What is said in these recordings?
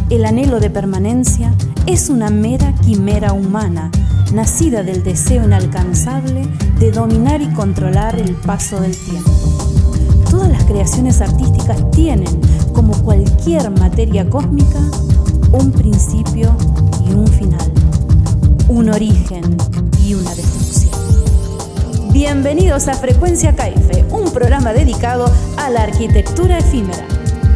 El anhelo de permanencia es una mera quimera humana, nacida del deseo inalcanzable de dominar y controlar el paso del tiempo. Todas las creaciones artísticas tienen, como cualquier materia cósmica, un principio y un final, un origen y una destrucción. Bienvenidos a Frecuencia Caife, un programa dedicado a la arquitectura efímera.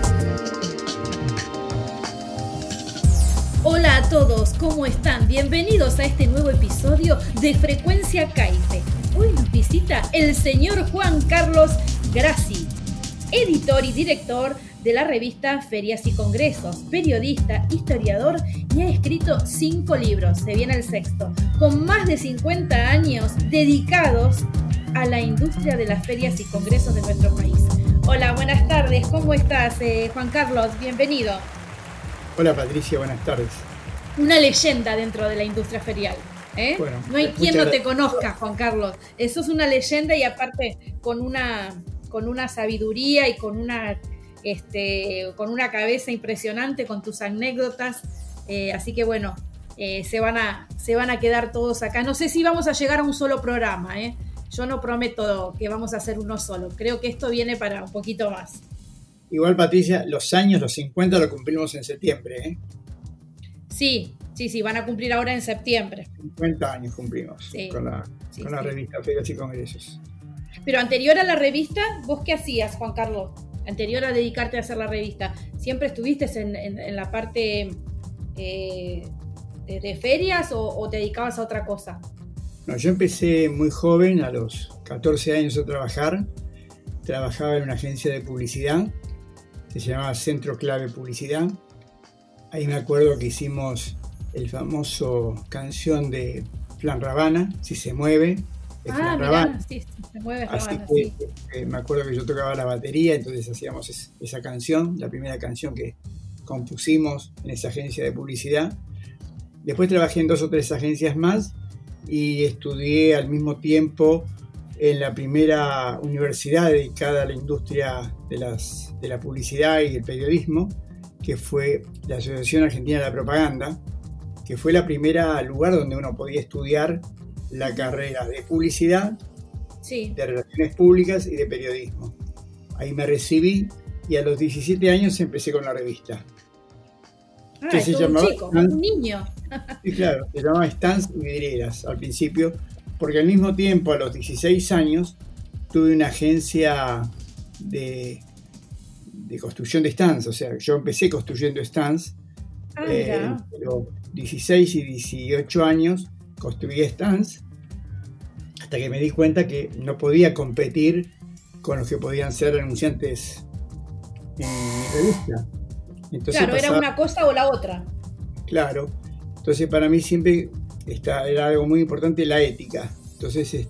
Hola a todos, ¿cómo están? Bienvenidos a este nuevo episodio de Frecuencia Caife. Hoy nos visita el señor Juan Carlos Grassi, editor y director de la revista Ferias y Congresos, periodista, historiador y ha escrito 5 libros, se viene el 6º, con más de 50 años dedicados a la industria de las ferias y congresos de nuestro país. Hola, buenas tardes, ¿cómo estás, Juan Carlos? Bienvenido. Hola Patricia, buenas tardes. Una leyenda dentro de la industria ferial, ¿eh? Bueno, no hay quien no te conozca, Juan Carlos. Eso es una leyenda y aparte con una sabiduría y con una cabeza impresionante, con tus anécdotas, así que bueno, se van a quedar todos acá. No sé si vamos a llegar a un solo programa, yo no prometo que vamos a hacer uno solo, creo que esto viene para un poquito más. Igual Patricia, los 50 lo cumplimos en septiembre, Sí, van a cumplir ahora en septiembre. 50 años cumplimos con la revista Ferias y Congresos. Pero anterior a la revista, ¿vos qué hacías, Juan Carlos? Anterior a dedicarte a hacer la revista, ¿siempre estuviste en la parte de ferias o te dedicabas a otra cosa? No, yo empecé muy joven, a los 14 años a trabajar. Trabajaba en una agencia de publicidad que se llamaba Centro Clave Publicidad. Ahí me acuerdo que hicimos el famoso canción de Flan Rabana, Si se mueve. Mirá, sí, se mueve Rabana, así que me acuerdo que yo tocaba la batería, entonces hacíamos esa canción, la primera canción que compusimos en esa agencia de publicidad. Después trabajé en 2 o 3 agencias más y estudié al mismo tiempo en la primera universidad dedicada a la industria de la publicidad y el periodismo, que fue la Asociación Argentina de la Propaganda, que fue la primera lugar donde uno podía estudiar la carrera de publicidad, de relaciones públicas y de periodismo. Ahí me recibí y a los 17 años empecé con la revista. Que se llamaba un chico, un niño. Sí, claro, se llamaba Stands y Vidrieras al principio, porque al mismo tiempo, a los 16 años, tuve una agencia de construcción de stands. O sea, yo empecé construyendo stands, pero 16 y 18 años construí stands, hasta que me di cuenta que no podía competir con los que podían ser anunciantes en mi revista. Entonces era una cosa o la otra. Claro, entonces para mí siempre era algo muy importante la ética. Entonces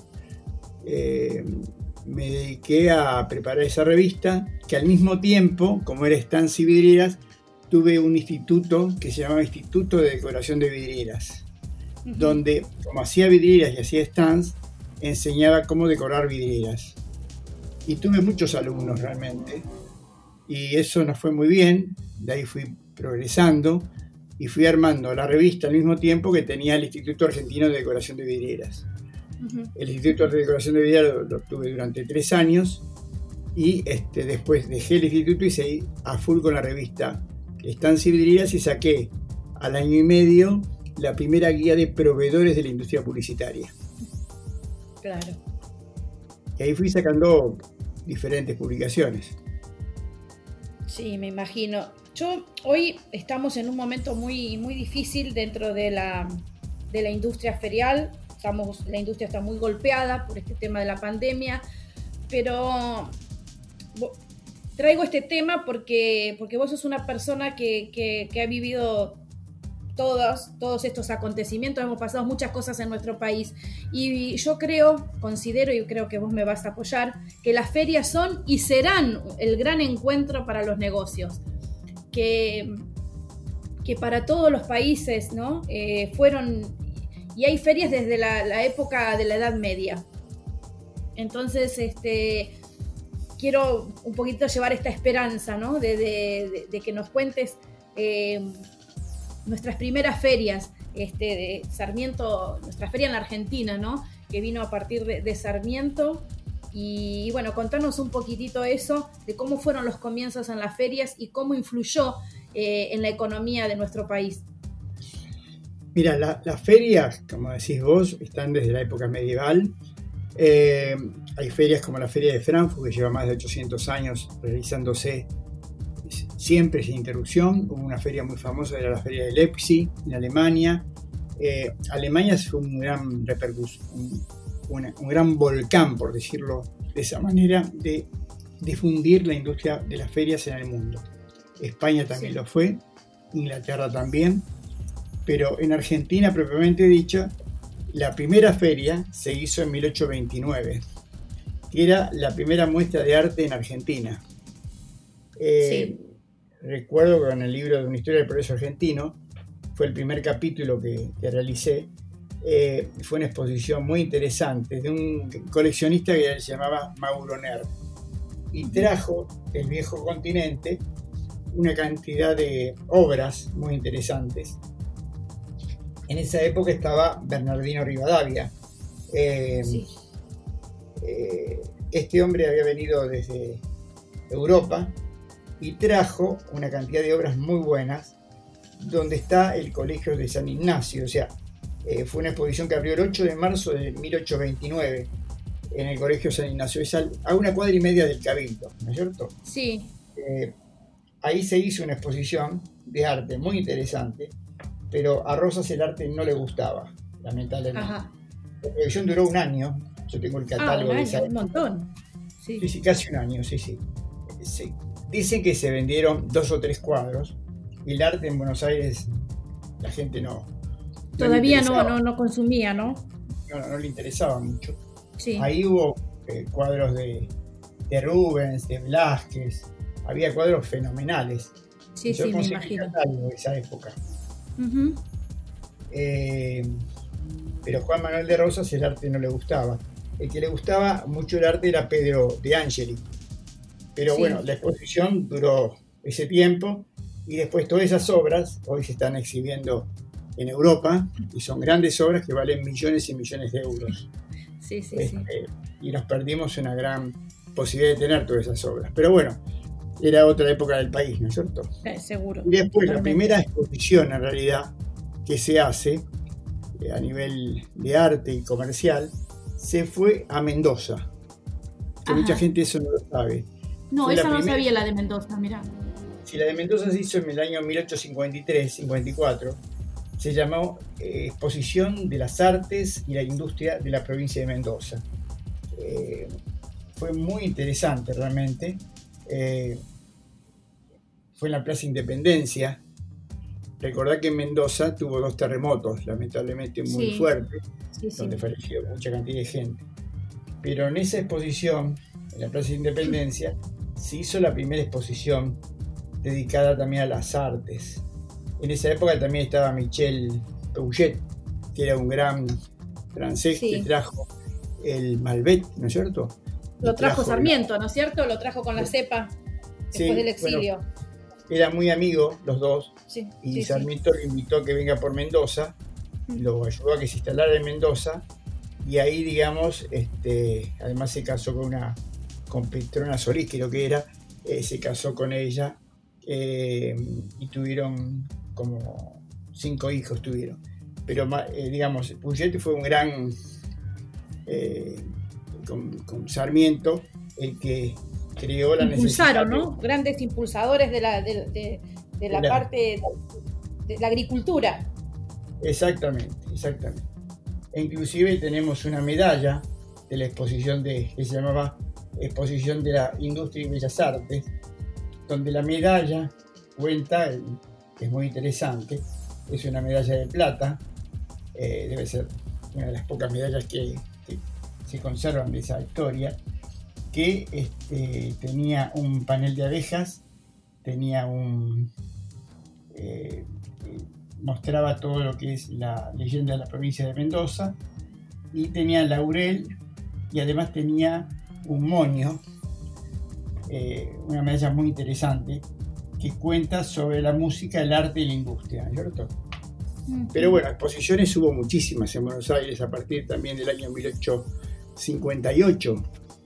me dediqué a preparar esa revista, que al mismo tiempo, como era Stands y Vidrieras, tuve un instituto que se llamaba Instituto de Decoración de Vidrieras, donde, como hacía vidrieras y hacía stands, enseñaba cómo decorar vidrieras. Y tuve muchos alumnos realmente, y eso nos fue muy bien. De ahí fui progresando y fui armando la revista al mismo tiempo que tenía el Instituto Argentino de Decoración de Vidrieras. El Instituto de Decoración de Vidrieras lo tuve durante 3 años y después dejé el instituto y seguí a full con la revista Stands y Vidrieras y saqué al año y medio la primera guía de proveedores de la industria publicitaria. Claro. Y ahí fui sacando diferentes publicaciones. Sí, me imagino. Hoy estamos en un momento muy, muy difícil dentro de la industria ferial. La industria está muy golpeada por este tema de la pandemia, pero traigo este tema porque vos sos una persona que ha vivido todos estos acontecimientos, hemos pasado muchas cosas en nuestro país y yo considero y creo que vos me vas a apoyar, que las ferias son y serán el gran encuentro para los negocios, que para todos los países, ¿no? Fueron, y hay ferias desde la época de la Edad Media. Entonces, quiero un poquito llevar esta esperanza, ¿no? De que nos cuentes nuestras primeras ferias, de Sarmiento, nuestra feria en la Argentina, ¿no? Que vino a partir de Sarmiento. Y bueno, contanos un poquitito eso, de cómo fueron los comienzos en las ferias y cómo influyó en la economía de nuestro país. Mira, las ferias, como decís vos, están desde la época medieval. Hay ferias como la Feria de Frankfurt, que lleva más de 800 años realizándose siempre sin interrupción. Hubo una feria muy famosa, era la Feria de Leipzig, en Alemania. Alemania fue un gran un gran volcán, por decirlo de esa manera, de difundir la industria de las ferias en el mundo. España también lo fue, Inglaterra también, pero en Argentina, propiamente dicho, la primera feria se hizo en 1829, que era la primera muestra de arte en Argentina. Recuerdo que en el libro de una historia del progreso argentino, fue el primer capítulo que realicé. Fue una exposición muy interesante de un coleccionista que se llamaba Mauro Nerv, y trajo del viejo continente una cantidad de obras muy interesantes. En esa época estaba Bernardino Rivadavia. Este hombre había venido desde Europa y trajo una cantidad de obras muy buenas, donde está el Colegio de San Ignacio. O sea, fue una exposición que abrió el 8 de marzo de 1829 en el Colegio San Ignacio, es a una cuadra y media del Cabildo, ¿no es cierto? Sí. Ahí se hizo una exposición de arte muy interesante, pero a Rosas el arte no le gustaba, lamentablemente. Ajá. La exposición duró un año, yo tengo el catálogo un de esa. Un montón. Sí, casi un año, sí. Dicen que se vendieron 2 o 3 cuadros, y el arte en Buenos Aires la gente todavía no consumía, ¿no? No le interesaba mucho. Sí. Ahí hubo cuadros de Rubens, de Velázquez, había cuadros fenomenales. Sí, yo me imagino. De esa época. Uh-huh. Pero Juan Manuel de Rosas el arte no le gustaba. El que le gustaba mucho el arte era Pedro de Angeli. Pero bueno, la exposición duró ese tiempo, y después todas esas obras hoy se están exhibiendo en Europa, y son grandes obras que valen millones y millones de euros. Sí. Y nos perdimos una gran posibilidad de tener todas esas obras. Pero bueno, era otra época del país, ¿no es cierto? Seguro. Y después la primera exposición en realidad que se hace a nivel de arte y comercial se fue a Mendoza, que mucha gente eso no lo sabe. No, esa no sabía, la de Mendoza, mirá. Sí, la de Mendoza se hizo en el año 1853-54. Se llamó Exposición de las Artes y la Industria de la Provincia de Mendoza. Fue muy interesante realmente. Fue en la Plaza Independencia. Recordá que en Mendoza tuvo 2 terremotos, lamentablemente muy fuertes, donde falleció mucha cantidad de gente. Pero en esa exposición, en la Plaza Independencia, se hizo la primera exposición dedicada también a las artes. En esa época también estaba Michel Pouget, que era un gran francés que trajo el Malbec, ¿no es cierto? Lo trajo Sarmiento, ¿no es cierto? Lo trajo con la cepa después del exilio. Bueno, eran muy amigos los dos, y Sarmiento lo invitó a que venga por Mendoza, lo ayudó a que se instalara en Mendoza, y ahí, digamos, además se casó con Petrona Solís, creo que era, se casó con ella, y tuvieron como 5 hijos tuvieron. Pero digamos, Pouget fue un gran, con Sarmiento, el que creó la necesidad. ¿No? Grandes impulsadores de la parte de la agricultura. Exactamente. E inclusive tenemos una medalla de la exposición que se llamaba Exposición de la Industria y Bellas Artes, donde la medalla cuenta, que es muy interesante, es una medalla de plata, debe ser una de las pocas medallas que se conservan de esa historia, que tenía un panel de abejas, tenía mostraba todo lo que es la leyenda de la provincia de Mendoza, y tenía laurel, y además tenía un moño una medalla muy interesante que cuenta sobre la música, el arte y la industria, ¿no es cierto? Pero bueno, exposiciones hubo muchísimas en Buenos Aires a partir también del año 1858,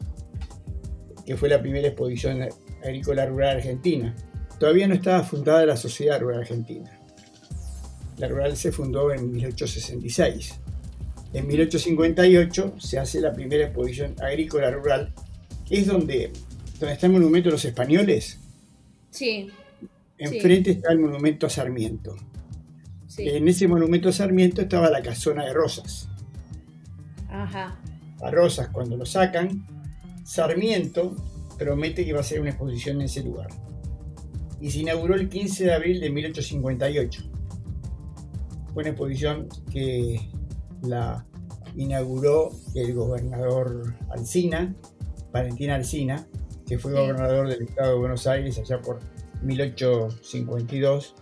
que fue la primera exposición agrícola rural argentina. Todavía no estaba fundada la Sociedad Rural Argentina. La rural se fundó en 1866. En 1858 se hace la primera exposición agrícola rural, que es donde está el monumento a los españoles. Sí. Enfrente está el monumento a Sarmiento. Sí. En ese monumento a Sarmiento estaba la casona de Rosas. Ajá. A Rosas, cuando lo sacan, Sarmiento promete que va a hacer una exposición en ese lugar. Y se inauguró el 15 de abril de 1858. Fue una exposición que la inauguró el gobernador Alsina, Valentín Alsina, que fue gobernador del estado de Buenos Aires allá por 1852.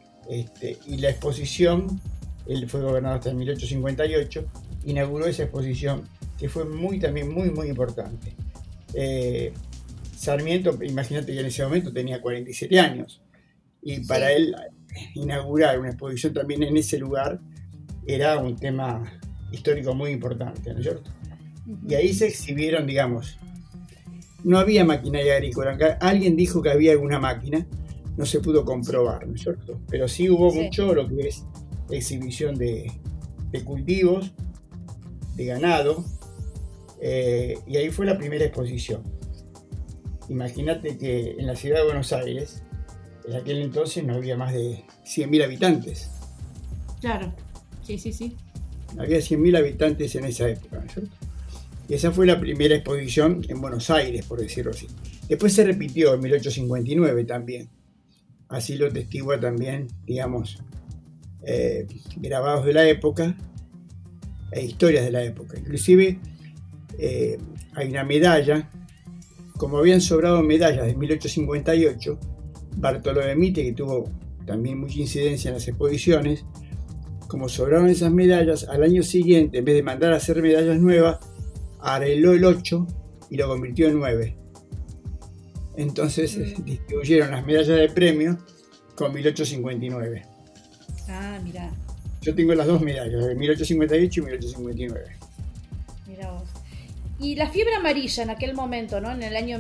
Y la exposición, él fue gobernador hasta 1858, inauguró esa exposición que fue también muy importante. Sarmiento, imagínate que en ese momento tenía 47 años y para él inaugurar una exposición también en ese lugar era un tema histórico muy importante, ¿no es cierto? Y ahí se exhibieron, digamos, no había maquinaria agrícola, alguien dijo que había alguna máquina, no se pudo comprobar, ¿no es cierto? Pero sí hubo mucho lo que es exhibición de cultivos, de ganado, y ahí fue la primera exposición. Imagínate que en la ciudad de Buenos Aires, en aquel entonces no había más de 100.000 habitantes. Claro, sí. Había 100.000 habitantes en esa época, ¿no es cierto? Y esa fue la primera exposición en Buenos Aires, por decirlo así. Después se repitió en 1859 también. Así lo testigua también, digamos, grabados de la época e historias de la época. Inclusive hay una medalla, como habían sobrado medallas de 1858, Bartolomé Mitre, que tuvo también mucha incidencia en las exposiciones, como sobraron esas medallas, al año siguiente, en vez de mandar a hacer medallas nuevas, arregló el 8 y lo convirtió en 9. Entonces distribuyeron las medallas de premio con 1859. Ah, mirá. Yo tengo las dos medallas, de 1858 y 1859. Mirá vos. Y la fiebre amarilla en aquel momento, ¿no? En el año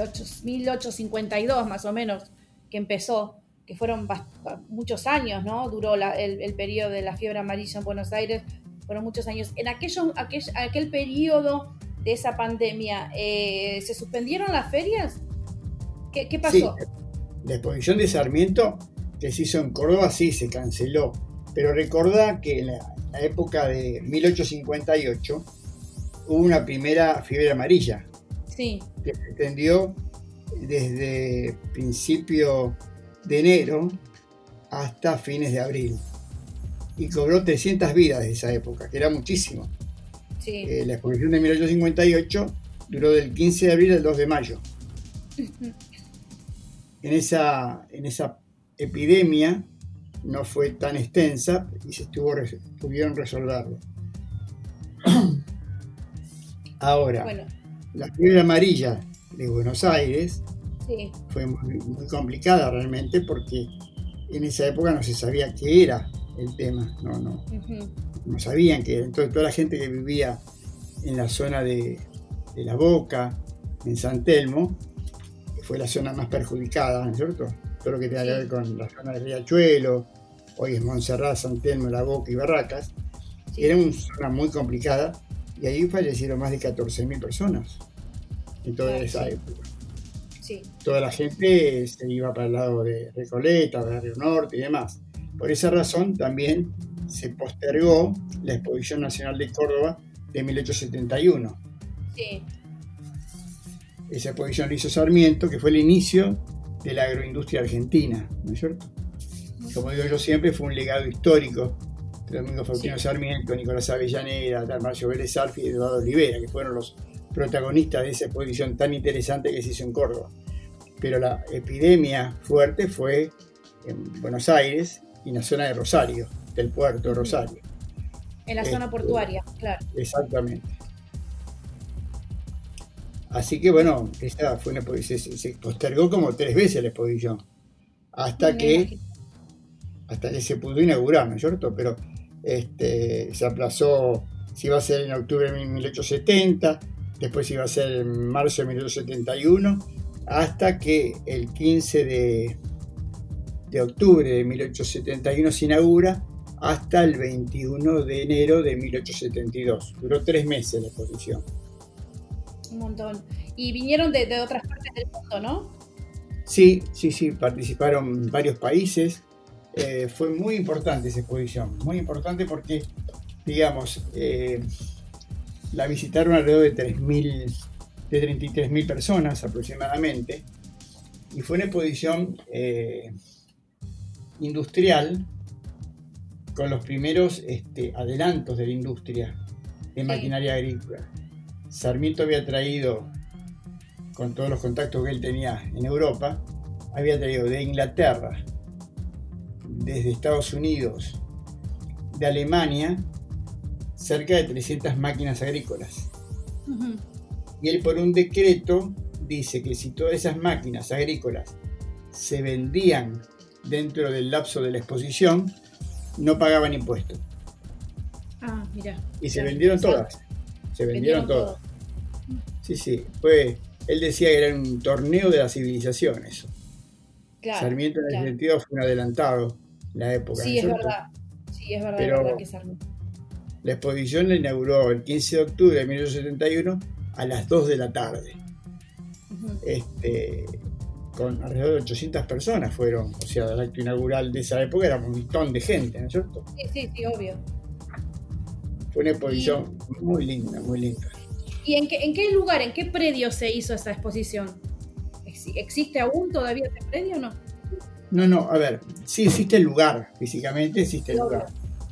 1852 más o menos, que empezó, que fueron muchos años, ¿no? Duró el periodo de la fiebre amarilla en Buenos Aires, fueron muchos años. En aquel periodo de esa pandemia, ¿se suspendieron las ferias? ¿Qué pasó? Sí, la exposición de Sarmiento que se hizo en Córdoba sí se canceló, pero recordá que en la época de 1858 hubo una primera fiebre amarilla que se extendió desde principio de enero hasta fines de abril y cobró 300 vidas de esa época, que era muchísimo. La exposición de 1858 duró del 15 de abril al 2 de mayo. En esa epidemia no fue tan extensa y pudieron resolverlo. Ahora, la fiebre amarilla de Buenos Aires fue muy complicada realmente porque en esa época no se sabía qué era el tema, no sabían qué era. Entonces toda la gente que vivía en la zona de La Boca, en San Telmo, que fue la zona más perjudicada, ¿no es cierto? Todo lo que tenga que ver con la zona de Riachuelo, hoy es Montserrat, San Telmo, La Boca y Barracas, era una zona muy complicada y ahí fallecieron más de 14.000 personas en toda esa época. Toda la gente se iba para el lado de Recoleta, Barrio Norte y demás. Por esa razón también se postergó la Exposición Nacional de Córdoba de 1871. Esa exposición la hizo Sarmiento, que fue el inicio de la agroindustria argentina, ¿no es cierto? Como digo yo siempre, fue un legado histórico de Domingo Faustino Sarmiento, Nicolás Avellaneda, Dalmacio Vélez Arfi y Eduardo Olivera, que fueron los protagonistas de esa exposición tan interesante que se hizo en Córdoba. Pero la epidemia fuerte fue en Buenos Aires y en la zona de Rosario, del puerto de Rosario. En la zona portuaria, claro. Exactamente. Así que bueno, esa fue se postergó como 3 veces la exposición, hasta Me que, imagino. hasta que se pudo inaugurar, ¿no es cierto? Pero se aplazó, se iba a hacer en octubre de 1870, después iba a ser en marzo de 1871, hasta que el 15 de octubre de 1871 se inaugura, hasta el 21 de enero de 1872. Duró 3 meses la exposición. Un montón. Y vinieron de otras partes del mundo, ¿no? Sí, sí, sí, participaron varios países. Fue muy importante esa exposición, muy importante porque, digamos, la visitaron alrededor de 33.000 personas aproximadamente, y fue una exposición industrial con los primeros adelantos de la industria de maquinaria agrícola. Sarmiento había traído, con todos los contactos que él tenía en Europa, había traído de Inglaterra, desde Estados Unidos, de Alemania, cerca de 300 máquinas agrícolas. Uh-huh. Y él, por un decreto, dice que si todas esas máquinas agrícolas se vendían dentro del lapso de la exposición, no pagaban impuestos. Ah, mira. Y se vendieron todas. Se vendieron todas. Sí, sí. Él decía que era un torneo de la civilización eso. Claro, Sarmiento en ese sentido fue un adelantado en la época. Sí, es verdad. Sí, es verdad, pero es verdad que Sarmiento. La exposición la inauguró el 15 de octubre de 1871 a las 2 de la tarde. Uh-huh. Con alrededor de 800 personas fueron, o sea, el acto inaugural de esa época era un montón de gente, ¿no es cierto? Sí, obvio. Fue una exposición muy linda, muy linda. ¿Y en qué lugar, en qué predio se hizo esa exposición? ¿Existe aún todavía ese predio o no? No, a ver, sí existe el lugar, físicamente existe el lugar.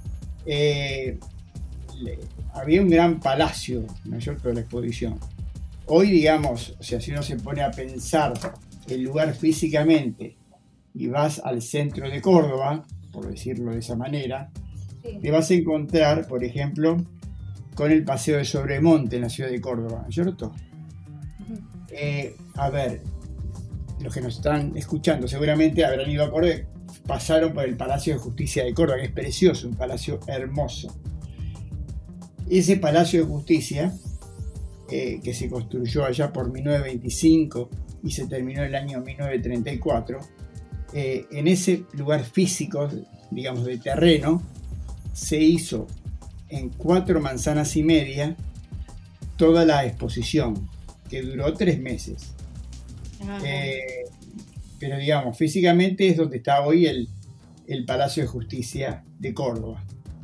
Había un gran palacio, ¿no es cierto?, de la exposición. Hoy, digamos, o sea, si uno se pone a pensar el lugar físicamente y vas al centro de Córdoba, por decirlo de esa manera, sí, te vas a encontrar, por ejemplo, con el Paseo de Sobremonte en la ciudad de Córdoba, ¿no es cierto? Uh-huh. A ver, los que nos están escuchando seguramente habrán ido a Córdoba, pasaron por el Palacio de Justicia de Córdoba, que es precioso, un palacio hermoso. Ese Palacio de Justicia, que se construyó allá por 1925 y se terminó en el año 1934, en ese lugar físico, digamos, de terreno, se hizo en 4 manzanas y media toda la exposición, que duró 3 meses. Pero digamos, físicamente es donde está hoy el Palacio de Justicia de Córdoba.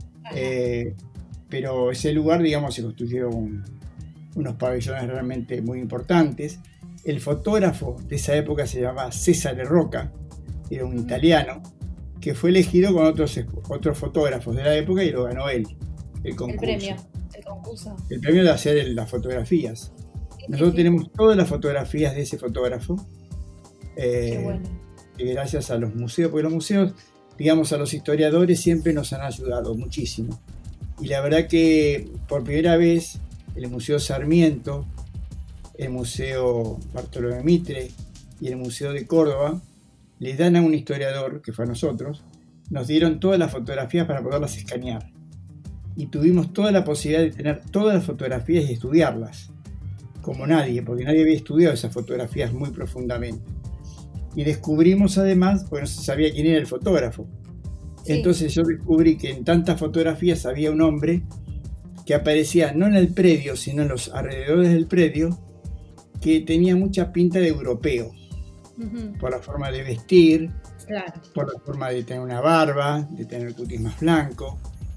Pero ese lugar, digamos, se construyeron unos pabellones realmente muy importantes. El fotógrafo de esa época se llamaba Cesare Rocca, era un italiano, que fue elegido con otros fotógrafos de la época y lo ganó él, el concurso. El concurso. El premio de hacer las fotografías. Nosotros tenemos todas las fotografías de ese fotógrafo. Qué bueno. Y gracias a los museos, porque los museos, digamos, a los historiadores siempre nos han ayudado muchísimo. Y la verdad que por primera vez el Museo Sarmiento, el Museo Bartolomé Mitre y el Museo de Córdoba le dan a un historiador, que fue a nosotros, nos dieron todas las fotografías para poderlas escanear. Y tuvimos toda la posibilidad de tener todas las fotografías y estudiarlas, como nadie, porque nadie había estudiado esas fotografías muy profundamente. Y descubrimos además, porque no se sabía quién era el fotógrafo. Sí. Entonces yo descubrí que en tantas fotografías había un hombre que aparecía no en el predio, sino en los alrededores del predio, que tenía mucha pinta de europeo. Uh-huh. Por la forma de vestir, claro, por la forma de tener una barba, de tener el cutis más blanco.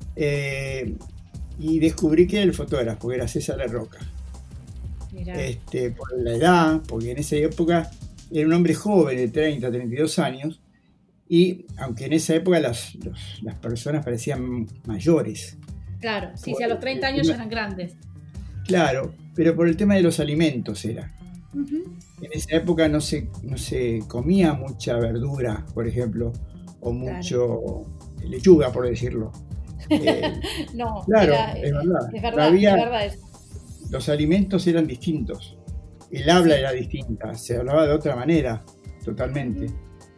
Y descubrí que era el fotógrafo, que era César Rocca. Por la edad, porque en esa época era un hombre joven de 30, 32 años, y aunque en esa época las personas parecían mayores. Claro, sí, a los 30 años ya eran grandes. Claro, pero por el tema de los alimentos era. Uh-huh. En esa época no se comía mucha verdura, por ejemplo, o mucho lechuga, por decirlo. No, claro, es verdad eso. Los alimentos eran distintos. El habla era distinta, se hablaba de otra manera, totalmente.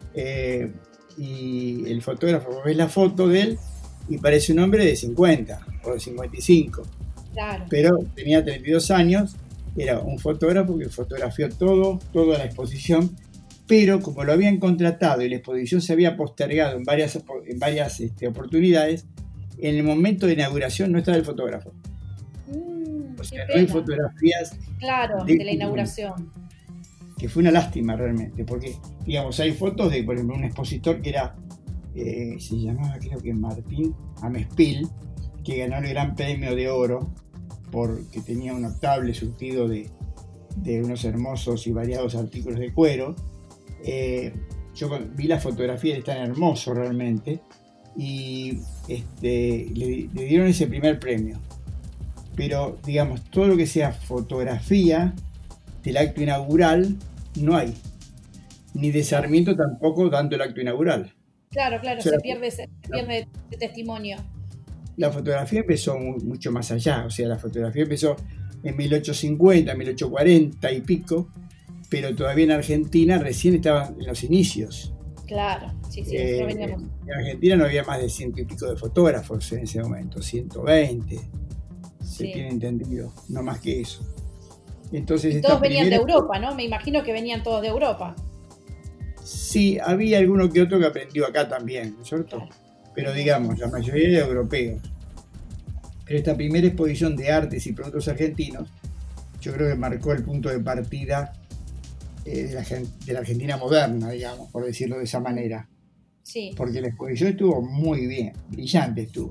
Y el fotógrafo, ves la foto de él y parece un hombre de 50 o de 55. Claro. Pero tenía 32 años, era un fotógrafo que fotografió toda la exposición, pero como lo habían contratado y la exposición se había postergado en varias oportunidades, en el momento de inauguración no estaba el fotógrafo. O sea, no hay fotografías de la inauguración. Que fue una lástima realmente, porque, digamos, hay fotos de, por ejemplo, un expositor que era, se llamaba, creo que Martín Amespil, que ganó el Gran Premio de Oro, porque tenía un notable surtido de unos hermosos y variados artículos de cuero. Yo vi la fotografía, es tan hermoso realmente, y le dieron ese primer premio. Pero, digamos, todo lo que sea fotografía del acto inaugural no hay, ni de Sarmiento tampoco dando el acto inaugural. Claro, o sea, se pierde de testimonio. La fotografía empezó mucho más allá, o sea, la fotografía empezó en 1850, 1840 y pico, pero todavía en Argentina recién estaba en los inicios. Claro, sí, en Argentina no había más de 100 y pico de fotógrafos en ese momento, 120, se tiene entendido, no más que eso. Entonces, y todos venían de Europa, ¿no? Me imagino que venían todos de Europa. Sí, había alguno que otro que aprendió acá también, ¿no es cierto? Claro. Pero digamos, la mayoría era europeos. Pero esta primera exposición de artes y productos argentinos, yo creo que marcó el punto de partida de la Argentina moderna, digamos, por decirlo de esa manera. Sí. Porque la exposición estuvo muy bien, brillante estuvo.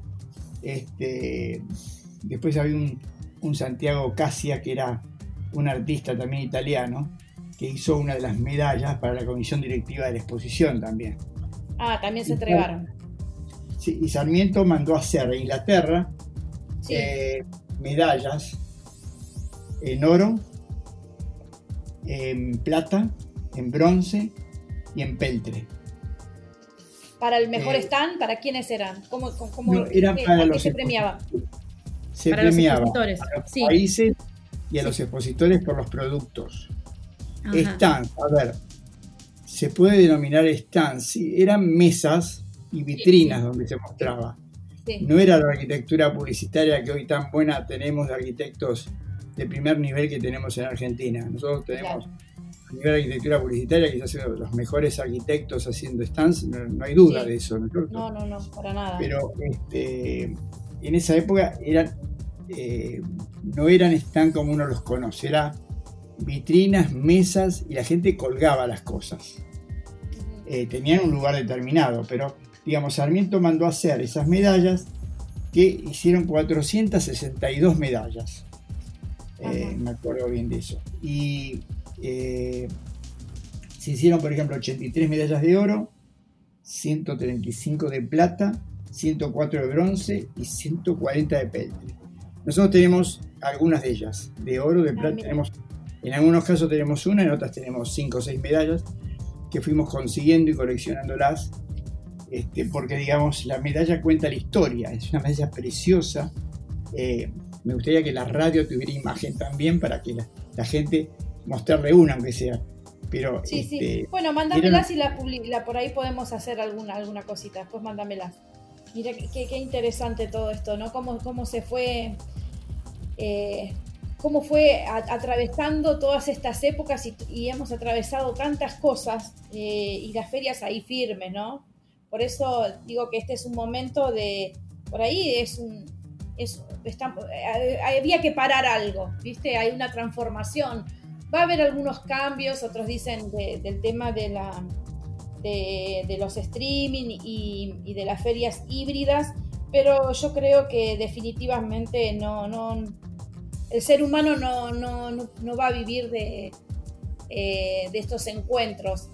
Después había un Santiago Casia, que era un artista también italiano, que hizo una de las medallas para la comisión directiva de la exposición también. Ah, también se entregaron. Sí, y Sarmiento mandó a hacer a Inglaterra medallas en oro, en plata, en bronce y en peltre. ¿Para el mejor stand? ¿Para quiénes eran? ¿Cómo no, eran para los se premiaba? Se para premiaba los expositores. A los países y a los expositores por los productos. Stands, a ver, se puede denominar stands, eran mesas y vitrinas donde se mostraba. No era la arquitectura publicitaria que hoy tan buena tenemos de arquitectos de primer nivel que tenemos en Argentina. Nosotros tenemos a nivel de arquitectura publicitaria quizás uno de los mejores arquitectos haciendo stands, no hay duda de eso, ¿no es cierto? No, para nada. Pero en esa época no eran stand como uno los conoce, era vitrinas, mesas y la gente colgaba las cosas. Tenían un lugar determinado, pero digamos, Sarmiento mandó a hacer esas medallas que hicieron 462 medallas. Me acuerdo bien de eso. Y se hicieron, por ejemplo, 83 medallas de oro, 135 de plata, 104 de bronce y 140 de peltre. Nosotros tenemos algunas de ellas, de oro, de plata. En algunos casos tenemos una, en otras tenemos 5 o 6 medallas que fuimos consiguiendo y coleccionándolas. Porque digamos la medalla cuenta la historia, es una medalla preciosa. Me gustaría que la radio tuviera imagen también para que la gente mostrarle una aunque sea, pero sí. Bueno, mándamelas y por ahí podemos hacer alguna cosita, después mándamelas. Mira qué interesante todo esto, ¿no? Cómo se fue cómo fue atravesando todas estas épocas y hemos atravesado tantas cosas y las ferias ahí firmes, ¿no? Por eso digo que este es un momento de, por ahí había que parar algo, ¿viste? Hay una transformación. Va a haber algunos cambios, otros dicen del tema de los streaming y de las ferias híbridas, pero yo creo que definitivamente el ser humano no va a vivir de estos encuentros.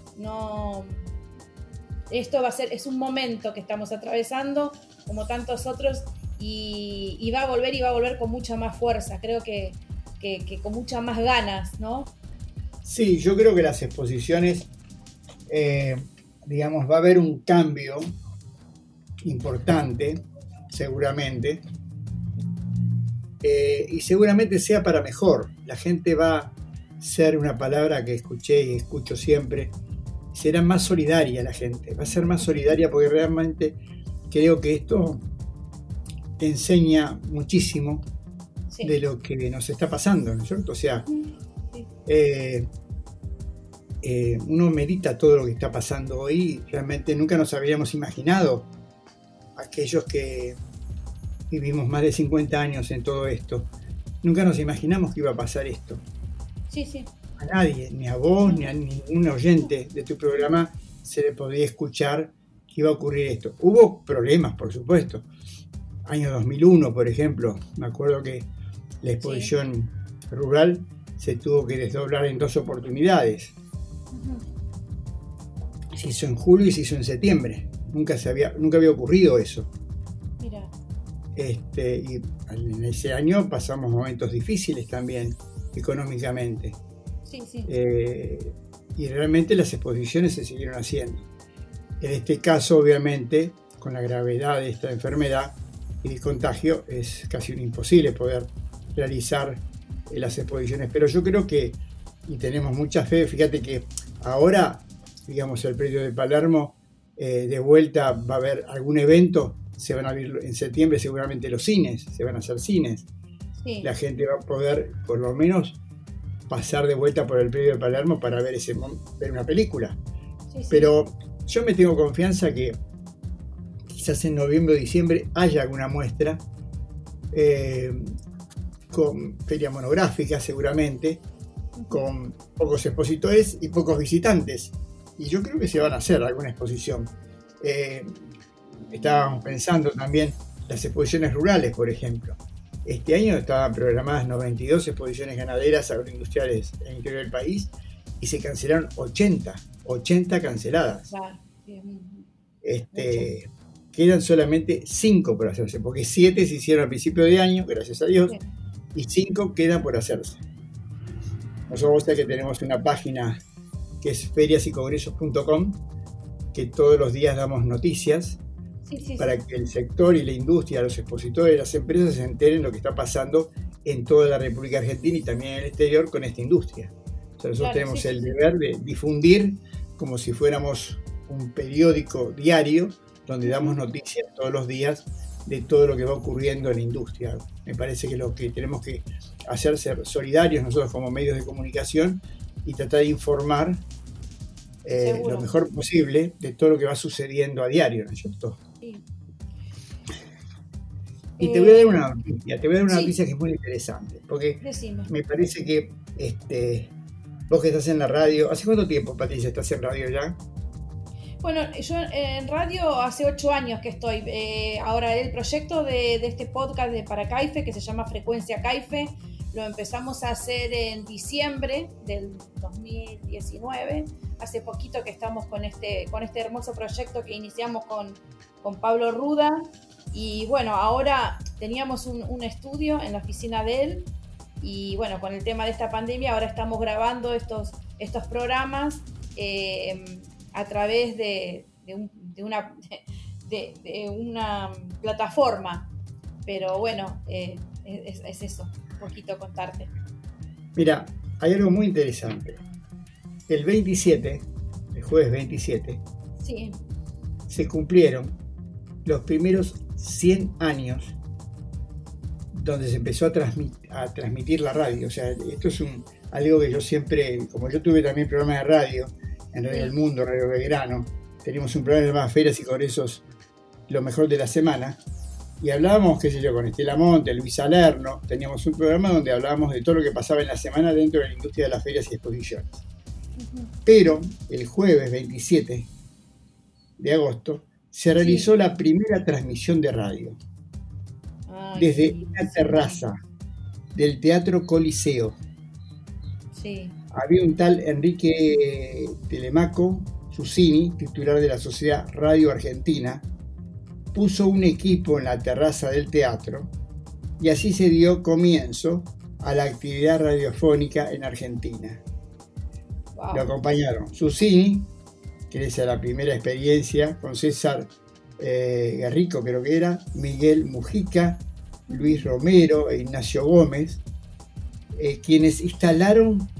Esto es un momento que estamos atravesando, como tantos otros, y va a volver con mucha más fuerza, creo que con muchas más ganas, ¿no? Sí, yo creo que las exposiciones, digamos, va a haber un cambio importante, seguramente, y seguramente sea para mejor. La gente ser una palabra que escuché y escucho siempre, será más solidaria la gente, va a ser más solidaria porque realmente creo que esto te enseña muchísimo de lo que nos está pasando, ¿no es cierto? O sea, uno medita todo lo que está pasando hoy, realmente nunca nos habríamos imaginado, aquellos que vivimos más de 50 años en todo esto, nunca nos imaginamos que iba a pasar esto. Sí. A nadie, ni a vos, ni a ningún oyente de tu programa se le podía escuchar que iba a ocurrir esto. Hubo problemas, por supuesto. Año 2001, por ejemplo, me acuerdo que la exposición rural se tuvo que desdoblar en 2 oportunidades. Se hizo en julio y se hizo en septiembre. Nunca había ocurrido eso. Mira. Y en ese año pasamos momentos difíciles también, económicamente. Sí. Y realmente las exposiciones se siguieron haciendo. En este caso, obviamente, con la gravedad de esta enfermedad y el contagio, es casi imposible poder realizar las exposiciones. Pero yo creo que, y tenemos mucha fe, fíjate que ahora, digamos, el predio de Palermo, de vuelta va a haber algún evento, se van a abrir en septiembre seguramente los cines, se van a hacer cines. Sí. La gente va a poder, por lo menos, pasar de vuelta por el predio de Palermo para ver una película. Sí. Pero yo me tengo confianza que quizás en noviembre o diciembre haya alguna muestra, con feria monográfica seguramente, con pocos expositores y pocos visitantes. Y yo creo que se van a hacer alguna exposición. Estábamos pensando también las exposiciones rurales, por ejemplo. Este año estaban programadas 92 exposiciones ganaderas agroindustriales en el interior del país y se cancelaron 80 canceladas. Claro. Quedan solamente 5 por hacerse, porque 7 se hicieron a principio de año, gracias a Dios, y 5 quedan por hacerse. Nosotros que tenemos una página que es feriasycongresos.com, que todos los días damos noticias para que el sector y la industria, los expositores, las empresas se enteren lo que está pasando en toda la República Argentina y también en el exterior con esta industria. O sea, nosotros tenemos el deber de difundir como si fuéramos un periódico diario donde damos noticias todos los días de todo lo que va ocurriendo en la industria. Me parece que lo que tenemos que hacer es ser solidarios nosotros como medios de comunicación y tratar de informar lo mejor posible de todo lo que va sucediendo a diario, ¿no es cierto? Sí. Y te voy a dar una noticia que es muy interesante, porque me parece que vos que estás en la radio, ¿hace cuánto tiempo, Patricia, estás en radio ya? Bueno, yo en radio hace 8 años que estoy. Ahora el proyecto de este podcast para CAIFE, que se llama Frecuencia CAIFE, lo empezamos a hacer en diciembre del 2019. Hace poquito que estamos con este hermoso proyecto que iniciamos con Pablo Ruda. Y bueno, ahora teníamos un estudio en la oficina de él. Y bueno, con el tema de esta pandemia, ahora estamos grabando estos programas a través de una plataforma. Pero bueno, es eso, un poquito contarte. Mira, hay algo muy interesante. El jueves 27, se cumplieron los primeros 100 años donde se empezó a transmitir la radio. O sea, esto es algo que yo siempre, como yo tuve también programa de radio en Radio del Mundo, Radio Belgrano, teníamos un programa llamado Ferias y Congresos, lo mejor de la semana, y hablábamos, qué sé yo, con Estela Monte, Luis Salerno, teníamos un programa donde hablábamos de todo lo que pasaba en la semana dentro de la industria de las ferias y exposiciones. Pero el jueves 27 de agosto se realizó la primera transmisión de radio desde una terraza del Teatro Coliseo. Había un tal Enrique Telemaco Susini, titular de la Sociedad Radio Argentina, puso un equipo en la terraza del teatro y así se dio comienzo a la actividad radiofónica en Argentina. Lo acompañaron Susini, que es la primera experiencia, con César Garrico, creo que era, Miguel Mujica, Luis Romero e Ignacio Gómez, quienes instalaron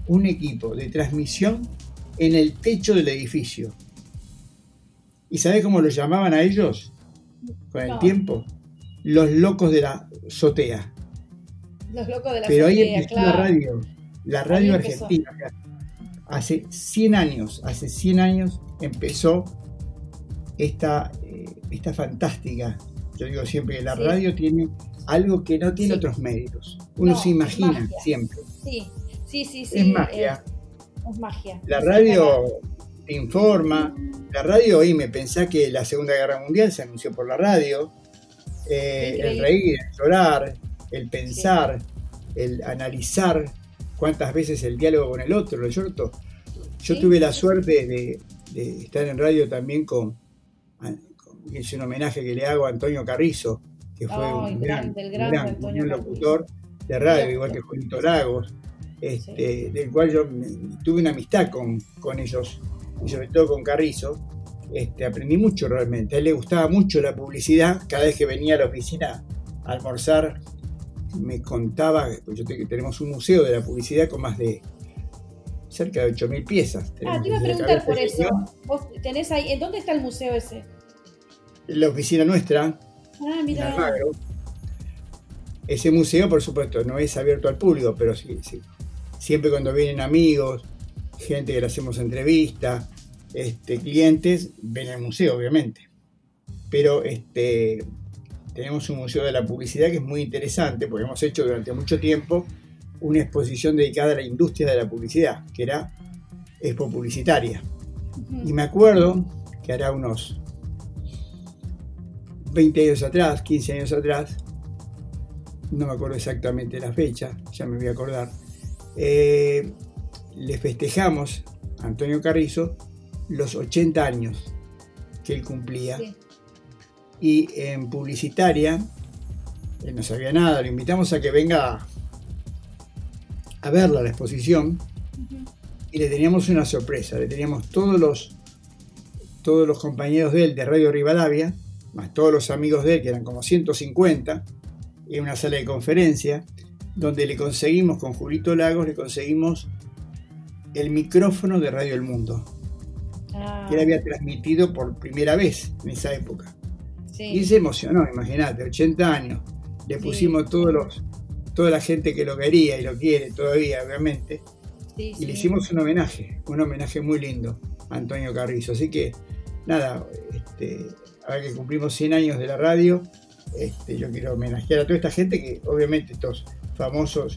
un equipo de transmisión en el techo del edificio. ¿Y sabés cómo los llamaban a ellos con el tiempo? Los locos de la azotea. Los locos de la Pero azotea, ahí empezó claro. la radio argentina. Hace 100 años empezó esta fantástica. Yo digo siempre que la radio tiene algo que no tiene otros medios. Uno se imagina siempre. Sí. Es magia. Es magia. La radio te informa. La radio, hoy me pensá que la Segunda Guerra Mundial se anunció por la radio. El reír, el llorar, el pensar, el analizar, cuántas veces el diálogo con el otro, ¿no es cierto? Yo tuve la suerte de estar en radio también es un homenaje que le hago a Antonio Carrizo, que fue un gran locutor de radio, igual que Julito Lagos, del cual yo tuve una amistad con ellos, y sobre todo con Carrizo. Aprendí mucho realmente. A él le gustaba mucho la publicidad. Cada vez que venía a la oficina a almorzar, me contaba, pues tenemos un museo de la publicidad con más de cerca de 8.000 piezas. Te iba a preguntar por eso. ¿Vos tenés ahí, ¿en dónde está el museo ese? En la oficina nuestra, mira. en Almagro. Ese museo, por supuesto, no es abierto al público, pero sí. Siempre cuando vienen amigos, gente que le hacemos entrevistas, clientes, ven al museo, obviamente. Pero tenemos un museo de la publicidad que es muy interesante, porque hemos hecho durante mucho tiempo una exposición dedicada a la industria de la publicidad, que era Expo Publicitaria. Y me acuerdo que hará unos 20 años atrás, 15 años atrás, no me acuerdo exactamente la fecha, ya me voy a acordar, le festejamos a Antonio Carrizo los 80 años que él cumplía. Sí. Y en Publicitaria, él no sabía nada, lo invitamos a que venga a verla, la exposición, y le teníamos una sorpresa, le teníamos todos los compañeros de él de Radio Rivadavia, más todos los amigos de él, que eran como 150, en una sala de conferencia, donde le conseguimos, con Julito Lagos, le conseguimos el micrófono de Radio El Mundo, que él había transmitido por primera vez en esa época. Sí. Y se emocionó, imagínate, 80 años. Le pusimos toda la gente que lo quería y lo quiere todavía, obviamente. Y le hicimos un homenaje muy lindo a Antonio Carrizo. Así que, nada, ahora que cumplimos 100 años de la radio, yo quiero homenajear a toda esta gente que, obviamente, estos famosos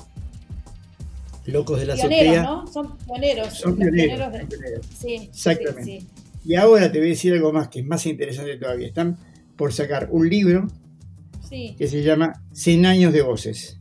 locos de la azotea. ¿No? Son pioneros. Son pioneros. Sí, exactamente. Sí. Y ahora te voy a decir algo más que es más interesante todavía. Están por sacar un libro que se llama 100 años de voces.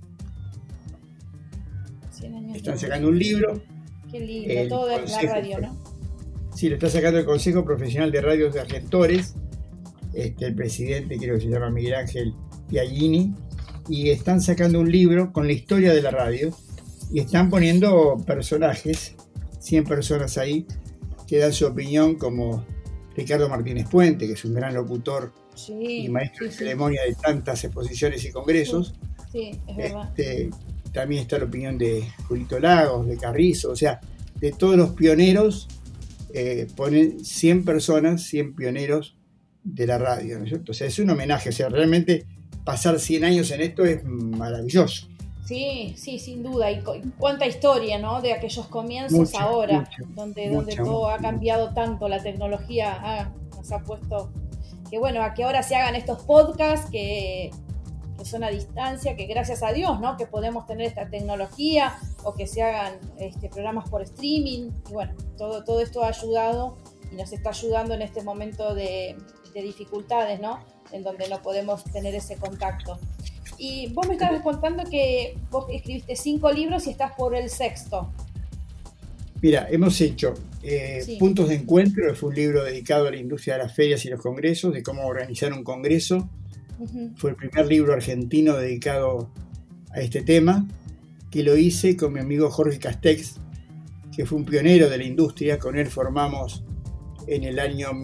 100 años Están sacando un libro. Qué lindo, todo de la radio, ¿no? Sí, lo está sacando el Consejo Profesional de Radios de Argentores. El presidente creo que se llama Miguel Ángel Piaggini. Y están sacando un libro con la historia de la radio. Y están poniendo personajes, 100 personas ahí, que dan su opinión, como Ricardo Martínez Puente, que es un gran locutor y maestro de ceremonia de tantas exposiciones y congresos. Sí, es verdad. También está la opinión de Julito Lagos, de Carrizo, o sea, de todos los pioneros, ponen 100 personas, 100 pioneros de la radio, ¿no es cierto? O sea, es un homenaje, o sea, realmente pasar 100 años en esto es maravilloso. Sí, sin duda, y cuánta historia, ¿no? De aquellos comienzos ahora, donde todo ha cambiado tanto, la tecnología nos ha puesto, que bueno, a que ahora se hagan estos podcasts que son a distancia, que gracias a Dios, ¿no? Que podemos tener esta tecnología, o que se hagan programas por streaming, y bueno, todo esto ha ayudado y nos está ayudando en este momento de dificultades, ¿no? En donde no podemos tener ese contacto. Y vos me estabas contando que vos escribiste 5 libros y estás por el 6º. Mira, hemos hecho Puntos de Encuentro, que fue un libro dedicado a la industria de las ferias y los congresos, de cómo organizar un congreso. Fue el primer libro argentino dedicado a este tema, que lo hice con mi amigo Jorge Castex, que fue un pionero de la industria. Con él formamos en el año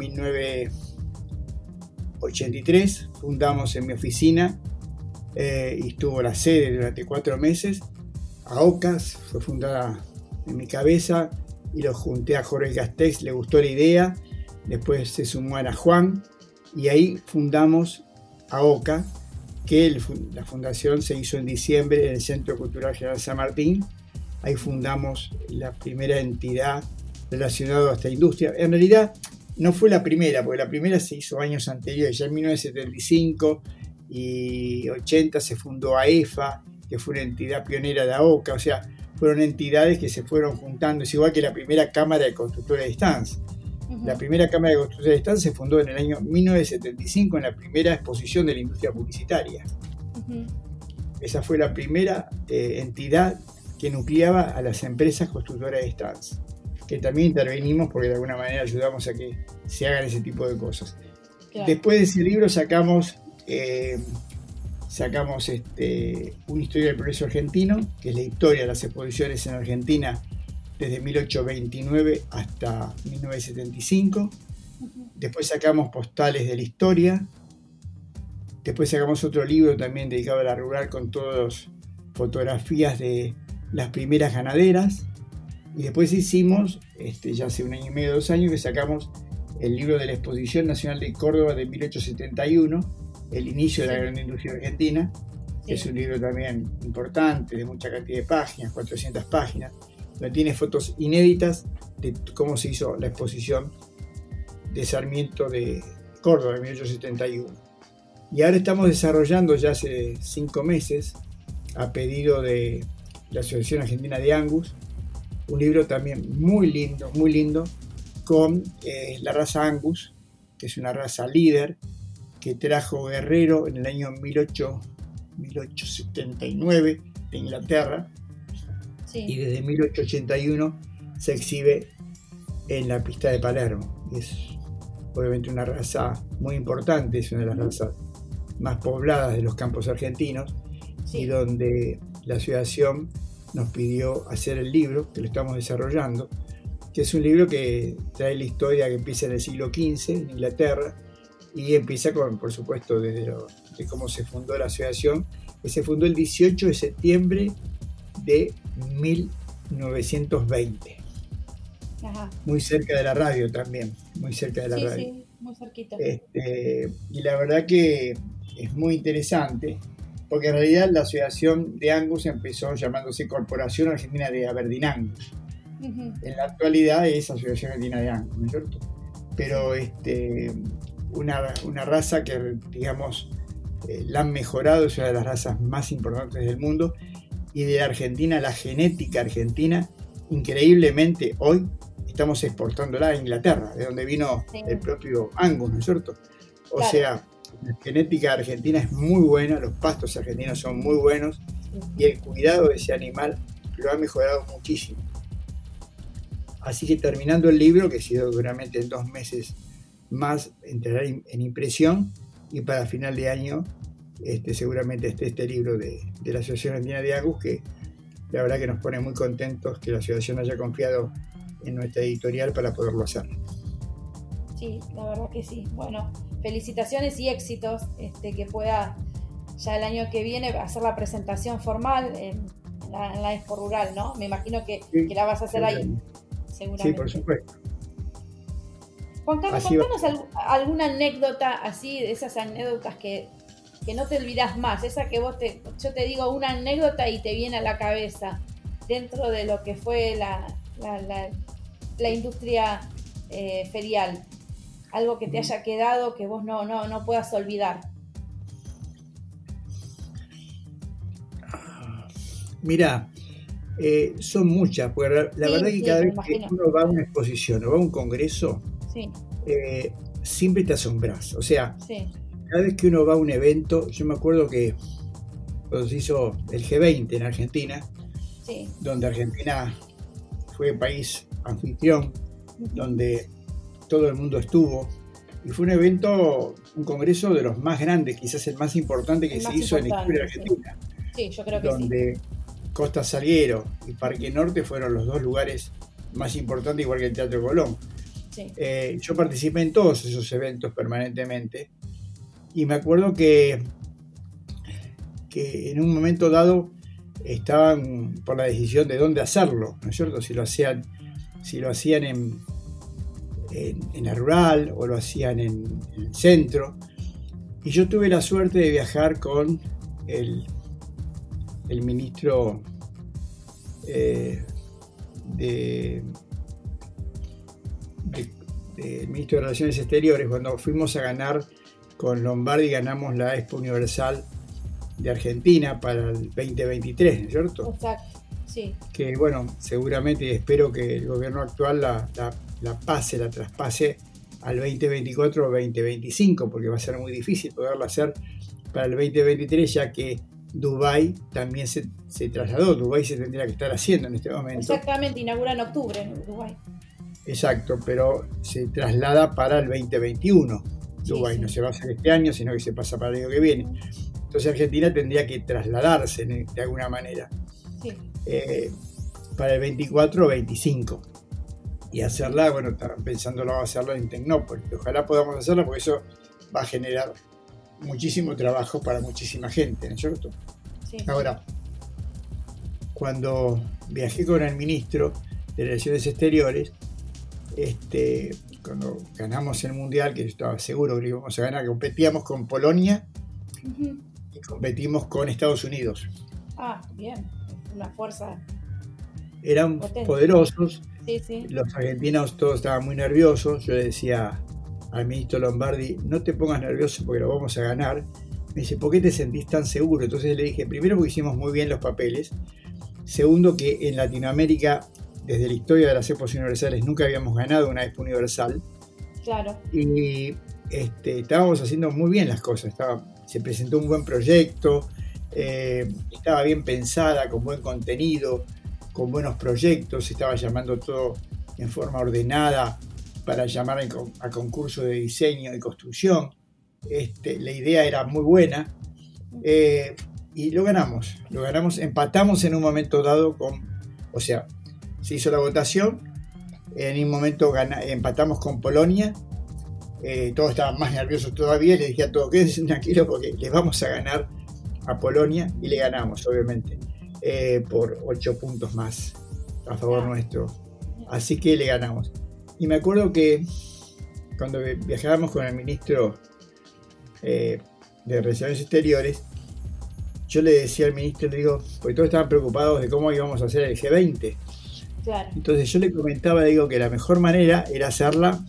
1983, fundamos en mi oficina, y estuvo la sede durante 4 meses. AOCAS fue fundada en mi cabeza y lo junté a Jorge Castex, le gustó la idea, después se sumó Ana Juan y ahí fundamos AOCA, que la fundación se hizo en diciembre en el Centro Cultural General San Martín. Ahí fundamos la primera entidad relacionada a esta industria. En realidad no fue la primera, porque la primera se hizo años anteriores, ya en 1975 y 80 se fundó AEFA, que fue una entidad pionera de AOCA, o sea, fueron entidades que se fueron juntando, es igual que la primera Cámara de Constructores de Stands. La primera Cámara de Constructores de Stands se fundó en el año 1975 en la primera exposición de la industria publicitaria. Esa fue la primera entidad que nucleaba a las empresas constructoras de stands, que también intervenimos porque de alguna manera ayudamos a que se hagan ese tipo de cosas. Claro. Después de ese libro sacamos una historia del progreso argentino, que es la historia de las exposiciones en Argentina desde 1829 hasta 1975. Después sacamos postales de la historia. Después sacamos otro libro también dedicado a la rural con todas fotografías de las primeras ganaderas. Y después hicimos, ya hace 1 año y medio, 2 años, que sacamos el libro de la Exposición Nacional de Córdoba de 1871, el inicio de la gran industria argentina. Es un libro también importante, de mucha cantidad de páginas, 400 páginas, donde tiene fotos inéditas de cómo se hizo la exposición de Sarmiento de Córdoba de 1871. Y ahora estamos desarrollando ya hace 5 meses, a pedido de la Asociación Argentina de Angus, un libro también muy lindo, con la raza Angus, que es una raza líder, que trajo Guerrero en el año 1879 de Inglaterra, y desde 1881 se exhibe en la pista de Palermo. Y es obviamente una raza muy importante, es una de las razas más pobladas de los campos argentinos, y donde la asociación nos pidió hacer el libro, que lo estamos desarrollando, que es un libro que trae la historia que empieza en el siglo XV en Inglaterra, y empieza con, por supuesto, de cómo se fundó la asociación, que se fundó el 18 de septiembre de 1920. Ajá. Muy cerca de la radio también, muy cerca de la radio. Sí, muy cerquita. Y la verdad que es muy interesante, porque en realidad la asociación de Angus empezó llamándose Corporación Argentina de Aberdeen Angus. En la actualidad es Asociación Argentina de Angus, ¿no es cierto? Pero una raza que, digamos, la han mejorado, es una de las razas más importantes del mundo, y de la Argentina, la genética argentina, increíblemente hoy estamos exportándola a Inglaterra, de donde vino el propio Angus, ¿no es cierto? O sea, la genética argentina es muy buena, los pastos argentinos son muy buenos, y el cuidado de ese animal lo ha mejorado muchísimo. Así que terminando el libro, que seguramente en 2 meses más entrará en impresión, y para final de año seguramente esté este libro de la Asociación Argentina de Angus, que la verdad que nos pone muy contentos que la asociación haya confiado en nuestra editorial para poderlo hacer. Sí, la verdad que sí. Bueno, felicitaciones y éxitos, que pueda ya el año que viene hacer la presentación formal en la Expo Rural, ¿no? Me imagino que la vas a hacer ahí, seguramente. Sí, por supuesto. Juan Carlos, contanos alguna anécdota así, de esas anécdotas que no te olvidas más, esa que yo te digo una anécdota y te viene a la cabeza dentro de lo que fue la industria ferial, algo que te haya quedado que vos no puedas olvidar. Mirá, son muchas, porque la verdad que cada vez que uno va a una exposición o va a un congreso, siempre te asombras. O sea, cada vez que uno va a un evento, yo me acuerdo que cuando se hizo el G20 en Argentina, donde Argentina fue país anfitrión, donde todo el mundo estuvo, y fue un evento, un congreso de los más grandes, quizás el más importante que se hizo en la historia de Argentina. Sí, yo creo que donde Costa Salguero y Parque Norte fueron los 2 lugares más importantes, igual que el Teatro Colón. Yo participé en todos esos eventos permanentemente, y me acuerdo que en un momento dado estaban por la decisión de dónde hacerlo, ¿no es cierto? Si lo hacían en la rural o lo hacían en el centro. Y yo tuve la suerte de viajar con el ministro el ministro de Relaciones Exteriores, cuando fuimos a ganar con Lombardi, ganamos la Expo Universal de Argentina para el 2023, ¿no es cierto? Exacto, sí. Que bueno, seguramente espero que el gobierno actual la traspase al 2024 o 2025, porque va a ser muy difícil poderla hacer para el 2023, ya que Dubái también se trasladó. Dubái se tendría que estar haciendo en este momento. Exactamente, inaugura en octubre en Dubái. Exacto, pero se traslada para el 2021. Dubái no se va a hacer este año, sino que se pasa para el año que viene. Entonces Argentina tendría que trasladarse de alguna manera para el 24 o 25 y hacerla, bueno, estaban pensándolo hacerlo en Tecnópolis. Ojalá podamos hacerla porque eso va a generar muchísimo trabajo para muchísima gente, ¿no es cierto? Sí. Ahora, cuando viajé con el ministro de Relaciones Exteriores, cuando ganamos el Mundial, que yo estaba seguro que íbamos a ganar, competíamos con Polonia y competimos con Estados Unidos. Ah, bien, una fuerza. Eran potente. Poderosos. Sí. Los argentinos todos estaban muy nerviosos. Yo le decía al ministro Lombardi, no te pongas nervioso porque lo vamos a ganar. Me dice, ¿por qué te sentís tan seguro? Entonces le dije, primero porque hicimos muy bien los papeles. Segundo, que en Latinoamérica, desde la historia de las Expos Universales, nunca habíamos ganado una Expo Universal. Claro. Y estábamos haciendo muy bien las cosas. Se presentó un buen proyecto, estaba bien pensada, con buen contenido, con buenos proyectos, se estaba llamando todo en forma ordenada para llamar a concurso de diseño y construcción. La idea era muy buena y lo ganamos, empatamos en un momento dado se hizo la votación, en un momento empatamos con Polonia, todos estaban más nerviosos todavía, le dije a todos, quédense tranquilos porque les vamos a ganar a Polonia y le ganamos, obviamente, por 8 puntos más a favor nuestro, así que le ganamos. Y me acuerdo que cuando viajábamos con el ministro de Relaciones Exteriores, yo le decía al ministro, le digo, porque todos estaban preocupados de cómo íbamos a hacer el G20. Claro. Entonces yo le comentaba, digo, que la mejor manera era hacerla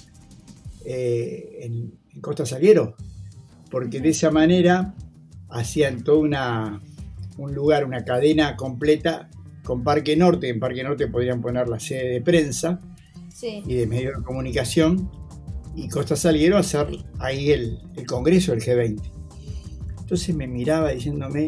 en Costa Salguero, porque de esa manera hacían todo un lugar, una cadena completa con Parque Norte. En Parque Norte podrían poner la sede de prensa y de medios de comunicación, y Costa Salguero hacer ahí el congreso del G20. Entonces me miraba diciéndome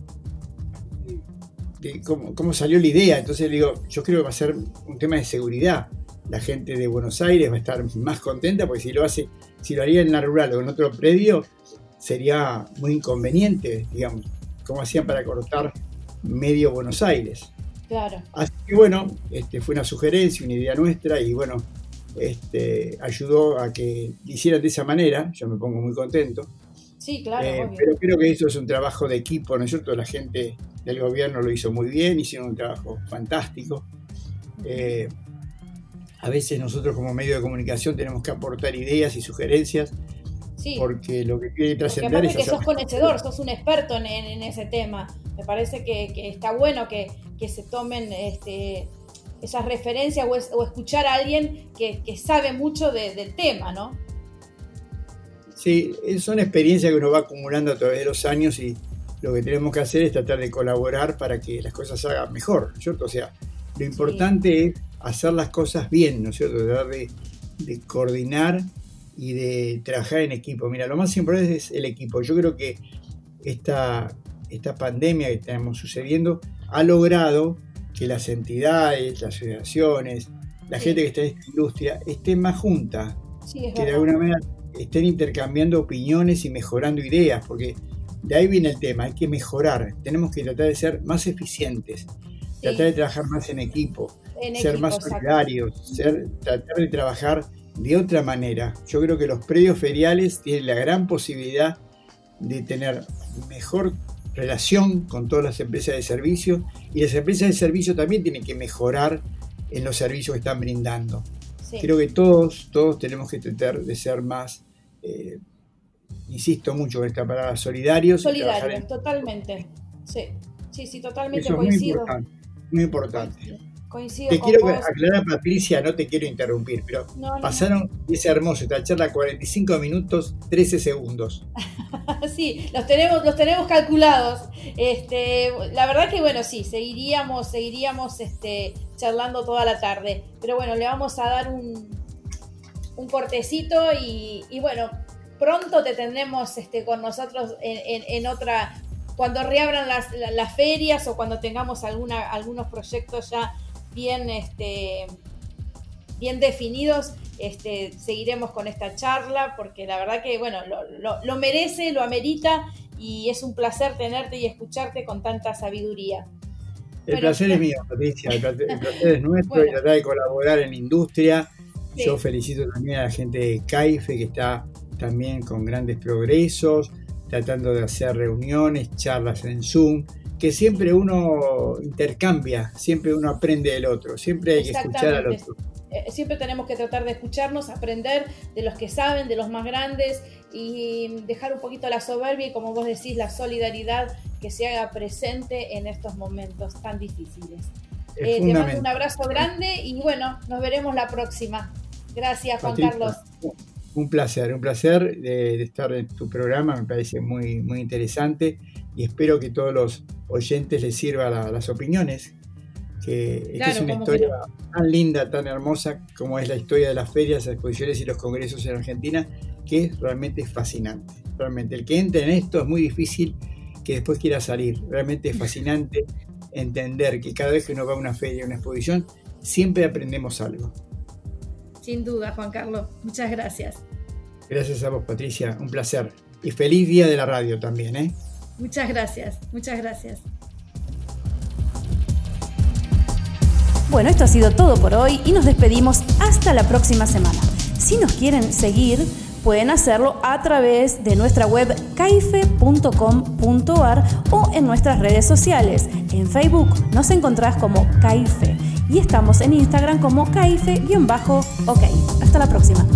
cómo salió la idea. Entonces le digo, yo creo que va a ser un tema de seguridad. La gente de Buenos Aires va a estar más contenta porque si lo haría en la rural o en otro predio sería muy inconveniente, digamos, como hacían para cortar medio Buenos Aires. Claro. Así que bueno, fue una sugerencia, una idea nuestra, y bueno, ayudó a que hicieran de esa manera. Yo me pongo muy contento. Sí, claro, obvio. Pero creo que eso es un trabajo de equipo, ¿no es cierto? La gente del gobierno lo hizo muy bien, hicieron un trabajo fantástico. A veces nosotros como medio de comunicación tenemos que aportar ideas y sugerencias, porque lo que quiere trascender es... que sos conocedor, sos un experto en ese tema. Me parece que está bueno que se tomen esas referencias o escuchar a alguien que sabe mucho del tema, ¿no? Sí, son experiencias que uno va acumulando a través de los años, y lo que tenemos que hacer es tratar de colaborar para que las cosas se hagan mejor, ¿no es cierto? O sea, lo importante es hacer las cosas bien, ¿no es cierto? Tratar de coordinar y de trabajar en equipo. Mira, lo más importante es el equipo. Yo creo que esta pandemia que estamos sucediendo ha logrado que las entidades, las asociaciones, la gente que está en esta industria esté más junta, que de alguna manera estén intercambiando opiniones y mejorando ideas, porque de ahí viene el tema, hay que mejorar, tenemos que tratar de ser más eficientes, tratar de trabajar más en equipo, ser más solidarios, tratar de trabajar de otra manera. Yo creo que los predios feriales tienen la gran posibilidad de tener mejor relación con todas las empresas de servicio, y las empresas de servicio también tienen que mejorar en los servicios que están brindando. Sí. Creo que todos tenemos que tratar de ser más, insisto mucho con esta palabra, solidarios. Solidarios, totalmente. Sí, totalmente. Eso coincido. Muy importante. Coincido te con quiero vos. aclarar, Patricia, no te quiero interrumpir, pero pasaron, es hermoso esta charla, 45 minutos, 13 segundos. Sí, los tenemos calculados. La verdad que bueno, sí, seguiríamos charlando toda la tarde. Pero bueno, le vamos a dar un cortecito y bueno, pronto te tendremos con nosotros en otra, cuando reabran las ferias o cuando tengamos algunos proyectos ya bien definidos, seguiremos con esta charla, porque la verdad que bueno, lo merece, lo amerita, y es un placer tenerte y escucharte con tanta sabiduría. El placer es mío, Patricia, el placer es nuestro, y tratar de colaborar en la industria. Sí. Yo felicito también a la gente de CAIFE, que está también con grandes progresos, tratando de hacer reuniones, charlas en Zoom, que siempre uno intercambia, siempre uno aprende del otro, siempre hay que escuchar al otro. Siempre tenemos que tratar de escucharnos, aprender de los que saben, de los más grandes, y dejar un poquito la soberbia y, como vos decís, la solidaridad que se haga presente en estos momentos tan difíciles. Te mando un abrazo grande y bueno, nos veremos la próxima. Gracias, Juan Carlos. Un placer de estar en tu programa, me parece muy, muy interesante, y espero que todos los oyentes les sirva las opiniones, que es una historia tan linda, tan hermosa como es la historia de las ferias, las exposiciones y los congresos en Argentina, que es realmente fascinante. Realmente, el que entre en esto es muy difícil que después quiera salir. Realmente es fascinante entender que cada vez que uno va a una feria, a una exposición, siempre aprendemos algo. Sin duda, Juan Carlos. Muchas gracias. Gracias a vos, Patricia. Un placer. Y feliz día de la radio también, ¿eh? Muchas gracias. Muchas gracias. Bueno, esto ha sido todo por hoy y nos despedimos hasta la próxima semana. Si nos quieren seguir, pueden hacerlo a través de nuestra web caife.com.ar o en nuestras redes sociales. En Facebook nos encontrás como Caife y estamos en Instagram como caife_ok. Hasta la próxima.